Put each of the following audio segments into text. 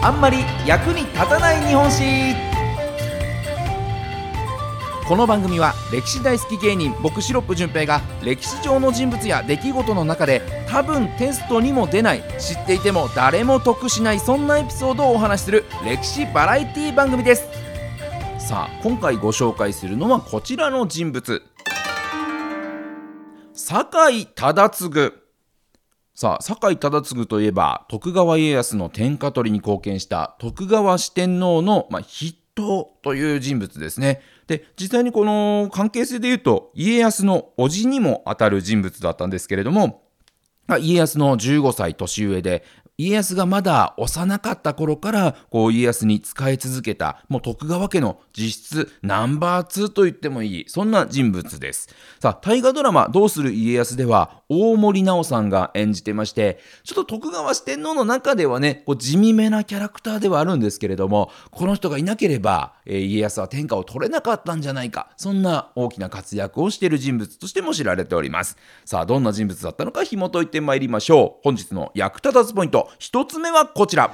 あんまり役に立たない日本史。この番組は歴史大好き芸人僕シロップ純平が歴史上の人物や出来事の中で多分テストにも出ない、知っていても誰も得しない、そんなエピソードをお話しする歴史バラエティ番組です。さあ、今回ご紹介するのはこちらの人物、酒井忠次。さあ、酒井忠次といえば徳川家康の天下取りに貢献した徳川四天王の、筆頭という人物ですね。で、実際にこの関係性でいうと家康の叔父にもあたる人物だったんですけれども、家康の15歳年上で、家康がまだ幼かった頃から家康に仕え続けた、もう徳川家の実質ナンバー2と言ってもいい、そんな人物です。さあ、大河ドラマどうする家康では大森南朋さんが演じてまして、ちょっと徳川四天王の中ではね、地味めなキャラクターではあるんですけれども、この人がいなければ、家康は天下を取れなかったんじゃないか、そんな大きな活躍をしている人物としても知られております。さあ、どんな人物だったのか紐解いてまいりましょう。本日の役立たずポイント、一つ目はこちら。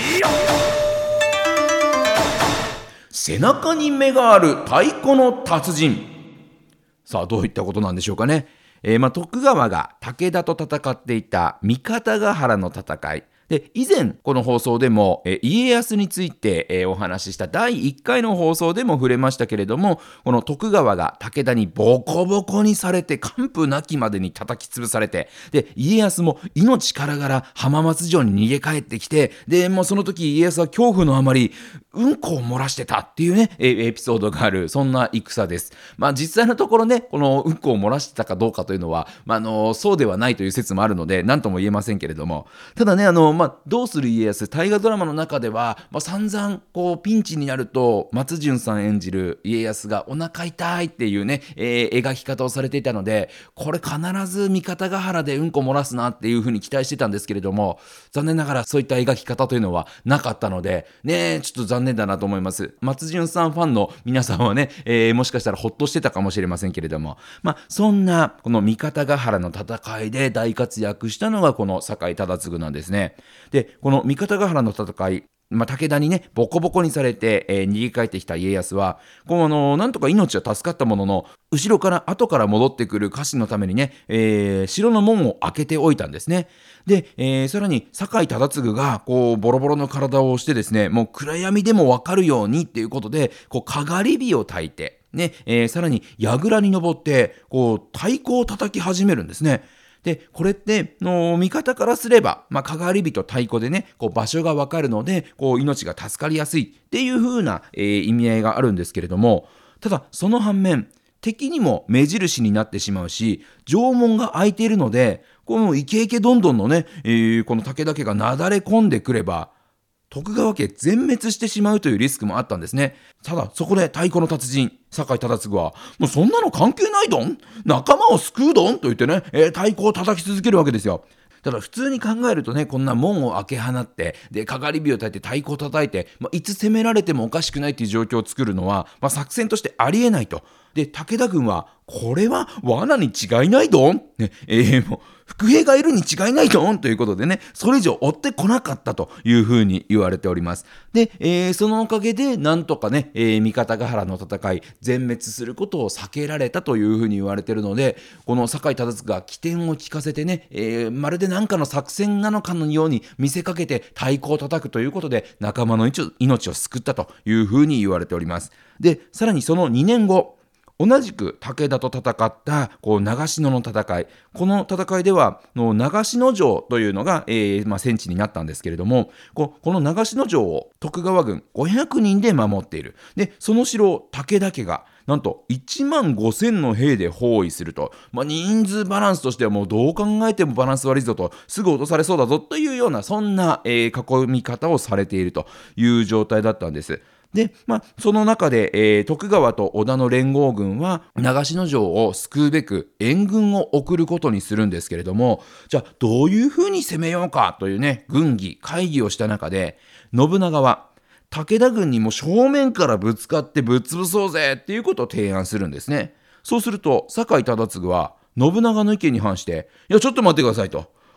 背中に目がある太鼓の達人。さあ、どういったことなんでしょうかね。徳川が武田と戦っていた三方ヶ原の戦いで、以前この放送でも家康についてお話しした第1回の放送でも触れましたけれども、この徳川が武田にボコボコにされて、完膚なきまでに叩き潰されて、で家康も命からがら浜松城に逃げ帰ってきて、でもうその時家康は恐怖のあまりうんこを漏らしてたっていうねエピソードがある、そんな戦です。実際のところね、このうんこを漏らしてたかどうかというのは、そうではないという説もあるので何とも言えませんけれども、ただね、どうする家康、大河ドラマの中では、散々ピンチになると松潤さん演じる家康がお腹痛いっていうね、描き方をされていたので、これ必ず三方ヶ原でうんこ漏らすなっていう風に期待してたんですけれども、残念ながらそういった描き方というのはなかったのでね、ちょっと残念だなと思います。松潤さんファンの皆さんはね、もしかしたらほっとしてたかもしれませんけれども、そんなこの三方ヶ原の戦いで大活躍したのがこの酒井忠次なんですね。で、この三方ヶ原の戦い、武田にねボコボコにされて、逃げ帰ってきた家康はなんとか命は助かったものの、後ろから後から戻ってくる家臣のためにね、城の門を開けておいたんですね。で、さらに酒井忠次がボロボロの体をしてですね、もう暗闇でも分かるようにっていうことでかがり火を焚いてね、さらに櫓に登って太鼓を叩き始めるんですね。で、これって味方からすれば、かがり火と太鼓でね場所が分かるので命が助かりやすいっていう風な、意味合いがあるんですけれども、ただその反面敵にも目印になってしまうし、城門が開いているのでこのイケイケどんどんのね、この武田家がなだれ込んでくれば徳川家全滅してしまうというリスクもあったんですね。ただそこで太鼓の達人酒井忠次は、もうそんなの関係ないどん、仲間を救うどんと言ってね、太鼓を叩き続けるわけですよ。ただ普通に考えるとね、こんな門を開け放って、でかがり火を焚いて太鼓を叩いて、いつ攻められてもおかしくないという状況を作るのは、作戦としてありえないと。で、武田軍はこれは罠に違いないどん、ね、もう伏兵がいるに違いないどんということでね、それ以上追ってこなかったというふうに言われております。で、そのおかげでなんとかね、三方ヶ原の戦い全滅することを避けられたというふうに言われているので、この酒井忠次が起点を利かせてね、まるで何かの作戦なのかのように見せかけて太鼓を叩くということで仲間の命を救ったというふうに言われております。で、さらにその2年後、同じく武田と戦った長篠の戦い、この戦いでは長篠城というのが、戦地になったんですけれども、この長篠城を徳川軍500人で守っている。でその城を武田家がなんと1万5000の兵で包囲すると、人数バランスとしてはもうどう考えてもバランス悪いぞと、すぐ落とされそうだぞというような、そんな、囲み方をされているという状態だったんです。で、その中で、徳川と織田の連合軍は長篠城を救うべく援軍を送ることにするんですけれども、じゃあどういうふうに攻めようかというね、軍議会議をした中で、信長は武田軍にも正面からぶつかってぶっ潰そうぜっていうことを提案するんですね。そうすると酒井忠次は信長の意見に反して、いやちょっと待ってくださいと、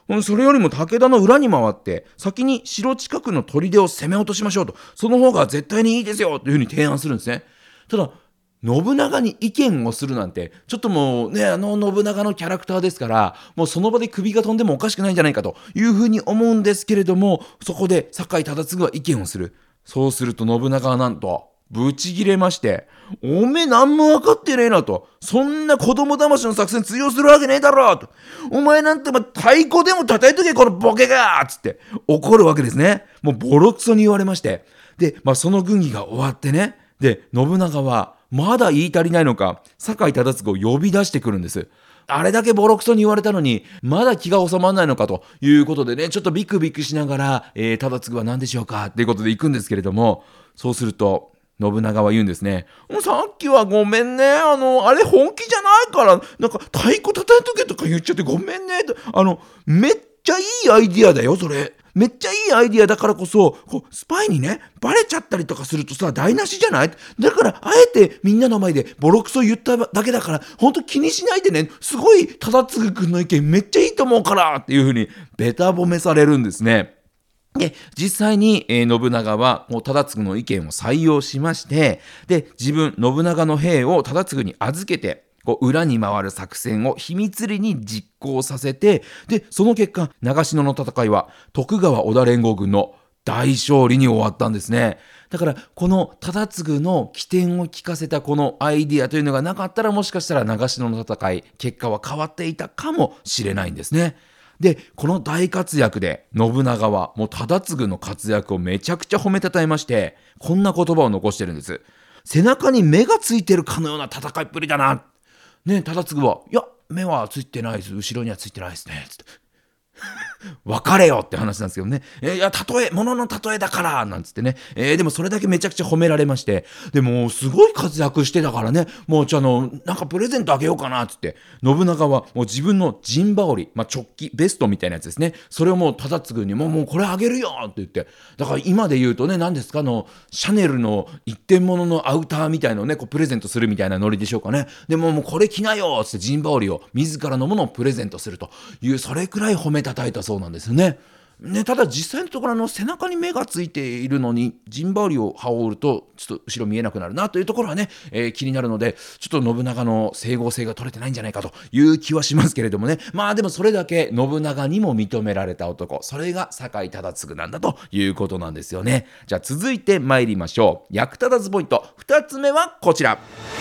それよりも武田の裏に回って先に城近くの砦を攻め落としましょうと、その方が絶対にいいですよというふうに提案するんですね。ただ信長に意見をするなんてちょっともうね、信長のキャラクターですから、もうその場で首が飛んでもおかしくないんじゃないかというふうに思うんですけれども、そこで酒井忠次は意見をする。そうすると信長はなんとブチギレまして、おめえ何も分かってねえなと、そんな子供騙しの作戦通用するわけねえだろと、お前なんて太鼓でも叩いとけこのボケがつって怒るわけですね。もうボロクソに言われまして、で、その軍議が終わってね、で信長はまだ言い足りないのか酒井忠次を呼び出してくるんです。あれだけボロクソに言われたのにまだ気が収まらないのかということでね、ちょっとビクビクしながら、忠次は何でしょうかっていうことで行くんですけれども、そうすると信長は言うんですね。さっきはごめんね。あれ本気じゃないから、なんか太鼓叩いとけとか言っちゃってごめんね。めっちゃいいアイディアだよ、それ。めっちゃいいアイディアだからこそ、スパイにね、バレちゃったりとかするとさ、台無しじゃない？だから、あえてみんなの前でボロクソ言っただけだから、ほんと気にしないでね、すごい忠次くんの意見めっちゃいいと思うからっていう風にベタ褒めされるんですね。で、実際に、信長はもう忠次の意見を採用しまして、で、信長の兵を忠次に預けて、裏に回る作戦を秘密裏に実行させて、で、その結果、長篠の戦いは徳川織田連合軍の大勝利に終わったんですね。だから、この忠次の起点を利かせたこのアイディアというのがなかったら、もしかしたら長篠の戦い、結果は変わっていたかもしれないんですね。で、この大活躍で信長はもう忠次の活躍をめちゃくちゃ褒めたたえまして、こんな言葉を残してるんです。背中に目がついてるかのような戦いっぷりだな。ね、忠次は、いや、目はついてないです。後ろにはついてないですね。つって別れよって話なんですけどね。いや、物の例えだからなんつってね。でもそれだけめちゃくちゃ褒められまして。でも、すごい活躍してたからね。もう、なんかプレゼントあげようかなっつって。信長はもう自分の陣羽織、直帰、ベストみたいなやつですね。それをもう忠次にもうこれあげるよって言って。だから今で言うとね、何ですか、シャネルの一点物のアウターみたいのをね、プレゼントするみたいなノリでしょうかね。でもうこれ着なよっつって陣羽織を自らのものをプレゼントするという、それくらい褒めたたいたそうなんですよね。ただ実際のところ背中に目がついているのに陣羽織を羽織るとちょっと後ろ見えなくなるなというところはね、気になるので、ちょっと信長の整合性が取れてないんじゃないかという気はしますけれどもね。でもそれだけ信長にも認められた男、それが酒井忠次なんだということなんですよね。じゃあ続いて参りましょう。役立たずポイント2つ目はこちら。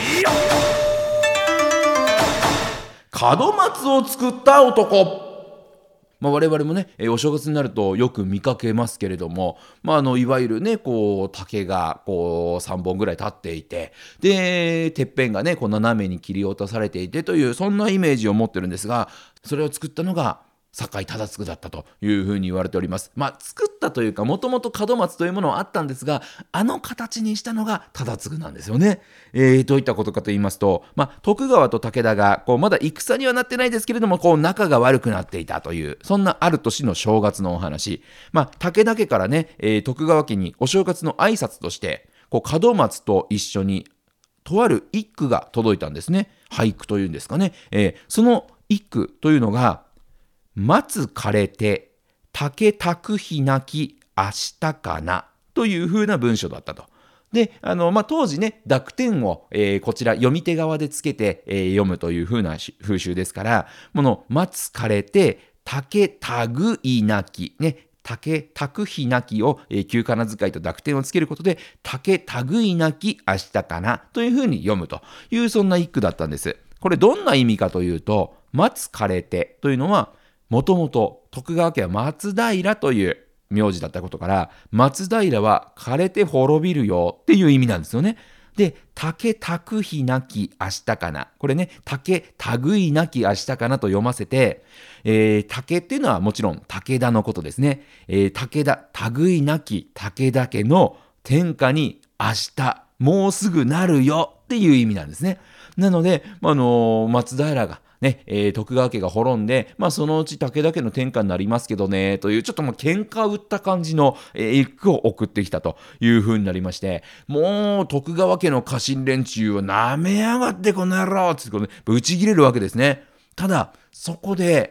門松を作った男。我々もね、お正月になるとよく見かけますけれども、いわゆるね、竹が3本ぐらい立っていて、で、てっぺんがね、斜めに切り落とされていてという、そんなイメージを持ってるんですが、それを作ったのが酒井忠次だったというふうに言われております。作ったというか、もともと門松というものはあったんですが、あの形にしたのが忠次なんですよね。どういったことかと言いますと、徳川と武田がまだ戦にはなってないですけれども、仲が悪くなっていたという、そんなある年の正月のお話。武田家からね、徳川家にお正月の挨拶として門松と一緒にとある一句が届いたんですね。俳句というんですかね。その一句というのが、松枯れて竹咲く日なき明日かなという風な文章だったと。で、当時ね、濁点を、こちら読み手側でつけて、読むという風な風習ですから、この松枯れて竹たぐいなきね、竹咲く日なきを、旧仮名遣いと濁点をつけることで、竹たぐいなき明日かなという風に読むという、そんな一句だったんです。これどんな意味かというと、松枯れてというのはもともと徳川家は松平という名字だったことから、松平は枯れて滅びるよっていう意味なんですよね。で、竹咲く日なき明日かな。これね、竹たぐいなき明日かなと読ませて、竹っていうのはもちろん武田のことですね。武田、たぐいなき武田家の天下に明日、もうすぐなるよっていう意味なんですね。なので、松平が徳川家が滅んで、そのうち武田家の天下になりますけどねという、ちょっと喧嘩を売った感じの一句を送ってきたという風になりまして、もう徳川家の家臣連中をなめやがってこの野郎ってぶち切れるわけですね。ただそこで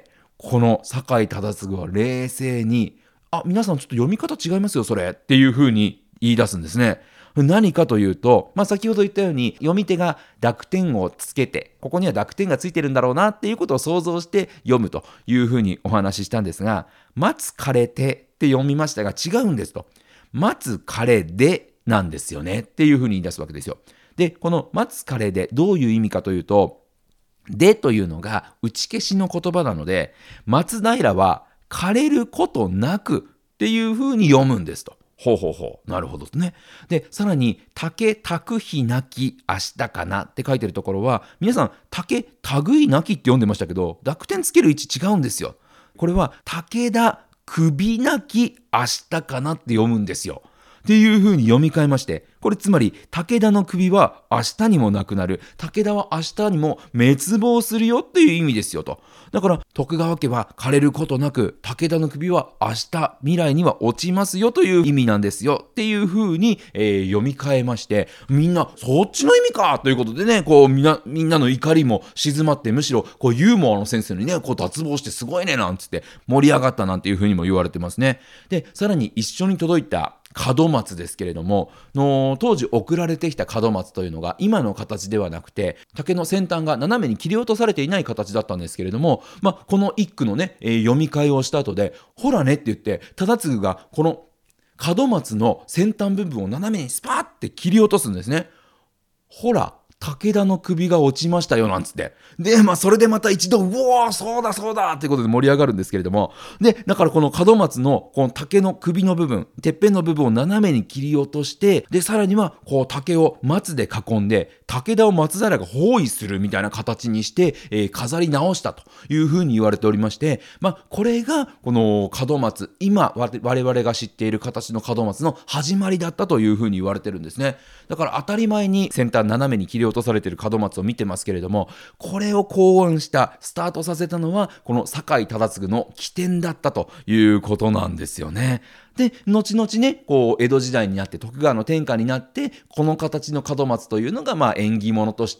この酒井忠次は冷静に、皆さんちょっと読み方違いますよそれっていうふうに言い出すんですね。何かというと、先ほど言ったように読み手が濁点をつけて、ここには濁点がついてるんだろうなっていうことを想像して読むというふうにお話ししたんですが、待つ彼手って読みましたが違うんですと。待つ彼でなんですよねっていうふうに言い出すわけですよ。で、この待つ彼でどういう意味かというと、でというのが打ち消しの言葉なので、松平は枯れることなくっていうふうに読むんですと。ほうほうほう。なるほどね。で、さらに、竹たく日なき明日かなって書いてるところは、皆さん、竹たぐいなきって読んでましたけど、濁点つける位置違うんですよ。これは、武田首なき明日かなって読むんですよ。っていう風に読み替えまして、これつまり武田の首は明日にもなくなる、武田は明日にも滅亡するよっていう意味ですよと。だから徳川家は枯れることなく、武田の首は明日未来には落ちますよという意味なんですよっていう風に、読み替えまして、みんなそっちの意味かということでね、こうみんなの怒りも静まって、むしろこうユーモアの先生にね、こう脱帽してすごいねなんつって盛り上がったなんていう風にも言われてますね。で、さらに一緒に届いた門松ですけれども、当時送られてきた門松というのが今の形ではなくて、竹の先端が斜めに切り落とされていない形だったんですけれども、この一句のね、読み替えをした後で、ほらねって言って、忠次がこの門松の先端部分を斜めにスパーって切り落とすんですね。ほら、武田の首が落ちましたよなんつって。で、それでまた一度、うおー、そうだそうだっていうことで盛り上がるんですけれども。で、だからこの門松のこの竹の首の部分、てっぺんの部分を斜めに切り落として、で、さらにはこう竹を松で囲んで、武田を松平が包囲するみたいな形にして、飾り直したというふうに言われておりまして、これがこの門松、今我々が知っている形の門松の始まりだったというふうに言われてるんですね。だから当たり前に先端斜めに切り落とされている門松を見てますけれども、これを考案したスタートさせたのはこの酒井忠次の起点だったということなんですよね。で、後々ね、こう江戸時代になって徳川の天下になって、この形の門松というのが縁起物として、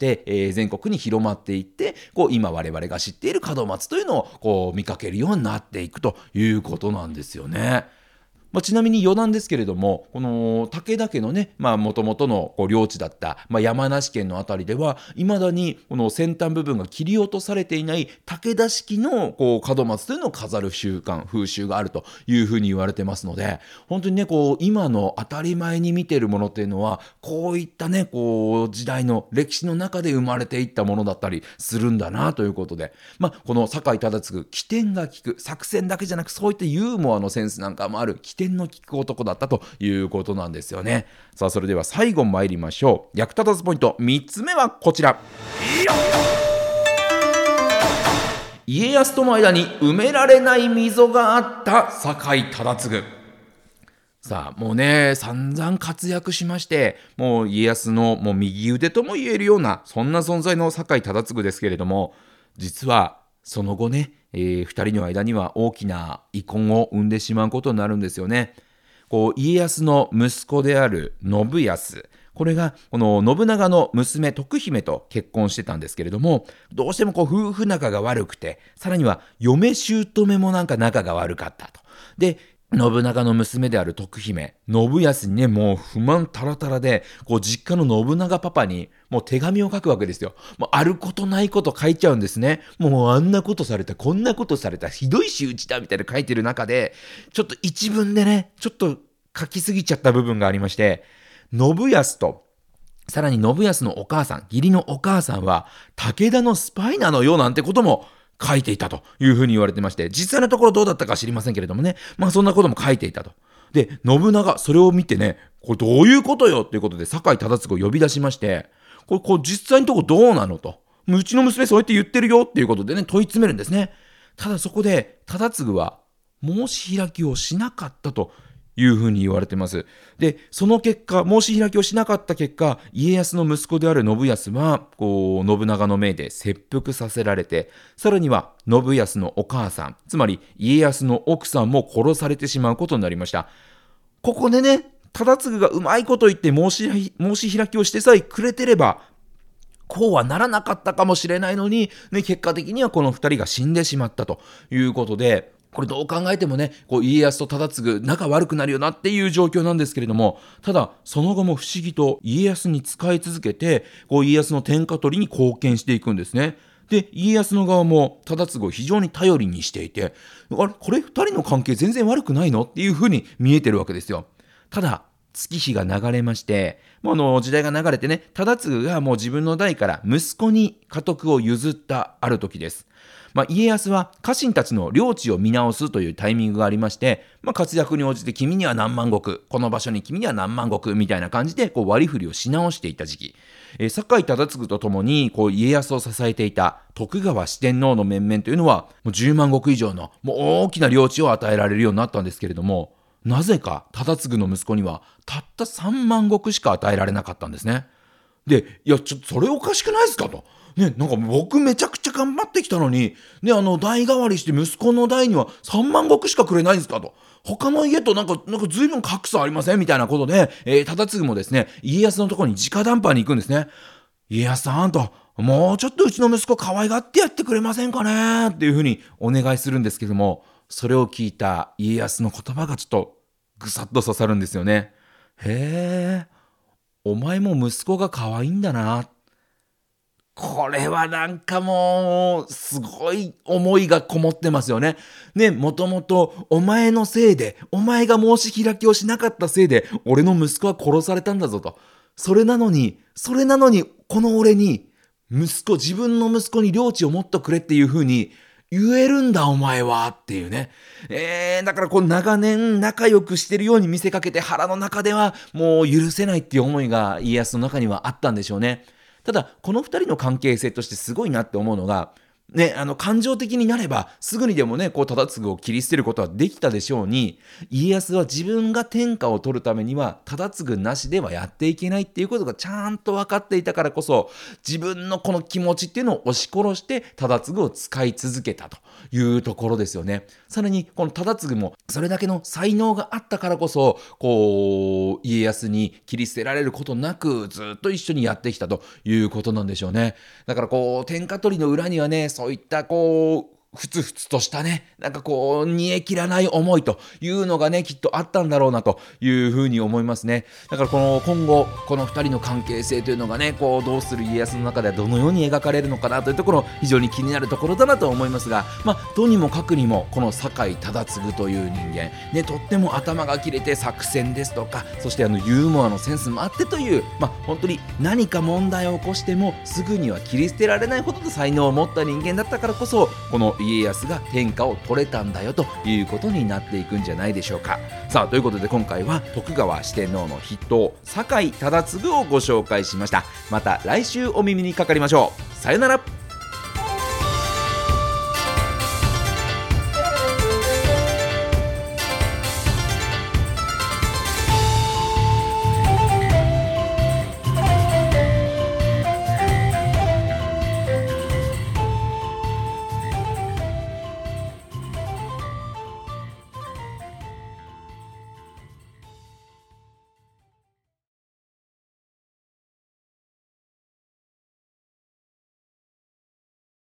全国に広まっていって、こう今我々が知っている門松というのをこう見かけるようになっていくということなんですよね。ちなみに余談ですけれども、この武田家のね、もともとの領地だった、山梨県のあたりでは、未だにこの先端部分が切り落とされていない武田式の門松というのを飾る風習があるというふうに言われてますので、本当にね、今の当たり前に見ているものっていうのは、こういったね、時代の歴史の中で生まれていったものだったりするんだなということで、この酒井忠次、起点が利く、作戦だけじゃなく、そういったユーモアのセンスなんかもある起点の利く男だったということなんですよね。さあ、それでは最後参りましょう。役立たずポイント3つ目はこちら。家康との間に埋められない溝があった酒井忠次。さあ、もうね、散々活躍しまして、もう家康のもう右腕とも言えるような、そんな存在の酒井忠次ですけれども、実はその後ね、2人の間には大きな遺恨を生んでしまうことになるんですよね。家康の息子である信康、これがこの信長の娘徳姫と結婚してたんですけれども、どうしても夫婦仲が悪くて、さらには嫁姑もなんか仲が悪かったと。で、信長の娘である徳姫、信康にね、もう不満たらたらで、実家の信長パパにもう手紙を書くわけですよ。もうあることないこと書いちゃうんですね。もうあんなことされた、こんなことされた、ひどい仕打ちだみたいな書いてる中で、ちょっと一文でね、ちょっと書きすぎちゃった部分がありまして、信康と、さらに信康のお母さん、義理のお母さんは武田のスパイなのよなんてことも書いていたというふうに言われてまして、実際のところどうだったか知りませんけれどもね、そんなことも書いていたと。で、信長、それを見てね、これどういうことよっていうことで酒井忠次を呼び出しまして、これ実際のところどうなのと。うちの娘そうやって言ってるよっていうことでね、問い詰めるんですね。ただそこで忠次は申し開きをしなかったというふうに言われてます。で、その結果、申し開きをしなかった結果、家康の息子である信康は、信長の命で切腹させられて、さらには信康のお母さん、つまり家康の奥さんも殺されてしまうことになりました。ここでね、忠次がうまいこと言って申し開きをしてさえくれてれば、 こうはならなかったかもしれないのに、ね、結果的にはこの2人が死んでしまったということで、これどう考えてもね、家康と忠次仲悪くなるよなっていう状況なんですけれども、ただその後も不思議と家康に仕え続けて、家康の天下取りに貢献していくんですね。で、家康の側も忠次を非常に頼りにしていて、これ2人の関係全然悪くないのっていうふうに見えてるわけですよ。ただ月日が流れまして、時代が流れてね、忠次がもう自分の代から息子に家督を譲ったある時です。家康は家臣たちの領地を見直すというタイミングがありまして、活躍に応じて君には何万石、この場所に君には何万石みたいな感じで割り振りをし直していた時期、酒井忠次とともに家康を支えていた徳川四天王の面々というのはもう10万石以上のもう大きな領地を与えられるようになったんですけれども、なぜか忠次の息子にはたった3万石しか与えられなかったんですね。で、いやちょっとそれおかしくないですかと。ね、なんか僕めちゃくちゃ頑張ってきたのに、ね、代替わりして息子の代には3万石しかくれないんですかと。他の家となんか随分格差ありませんみたいなことで、忠次もですね、家康のところに直談判に行くんですね。家康さんと、もうちょっとうちの息子可愛がってやってくれませんかねっていうふうにお願いするんですけども、それを聞いた家康の言葉がちょっとぐさっと刺さるんですよね。へえ、お前も息子が可愛いんだな。これはなんかもうすごい思いがこもってますよね。ね、もともとお前のせいで、お前が申し開きをしなかったせいで俺の息子は殺されたんだぞと。それなのにこの俺に自分の息子に領地をもっとくれっていう風に言えるんだお前はっていうね。だから長年仲良くしてるように見せかけて、腹の中ではもう許せないっていう思いが家康の中にはあったんでしょうね。ただこの2人の関係性としてすごいなって思うのがね、感情的になればすぐにでもね忠次を切り捨てることはできたでしょうに、家康は自分が天下を取るためには忠次なしではやっていけないっていうことがちゃんと分かっていたからこそ、自分のこの気持ちっていうのを押し殺して忠次を使い続けたというところですよね。さらにこの忠次もそれだけの才能があったからこそ家康に切り捨てられることなくずっと一緒にやってきたということなんでしょうね。だから天下取りの裏にはね、そういったふつふつとしたね、なんか煮え切らない思いというのがね、きっとあったんだろうなというふうに思いますね。だから今後この2人の関係性というのがね、どうする家康の中ではどのように描かれるのかなというところ、非常に気になるところだなと思いますが、とにもかくにもこの酒井忠次という人間ね、とっても頭が切れて作戦ですとか、そしてユーモアのセンスもあってという、本当に何か問題を起こしてもすぐには切り捨てられないほどの才能を持った人間だったからこそ、この家康が天下を取れたんだよということになっていくんじゃないでしょうか。さあ、ということで今回は徳川四天王の筆頭酒井忠次をご紹介しました。また来週お耳にかかりましょう。さよなら。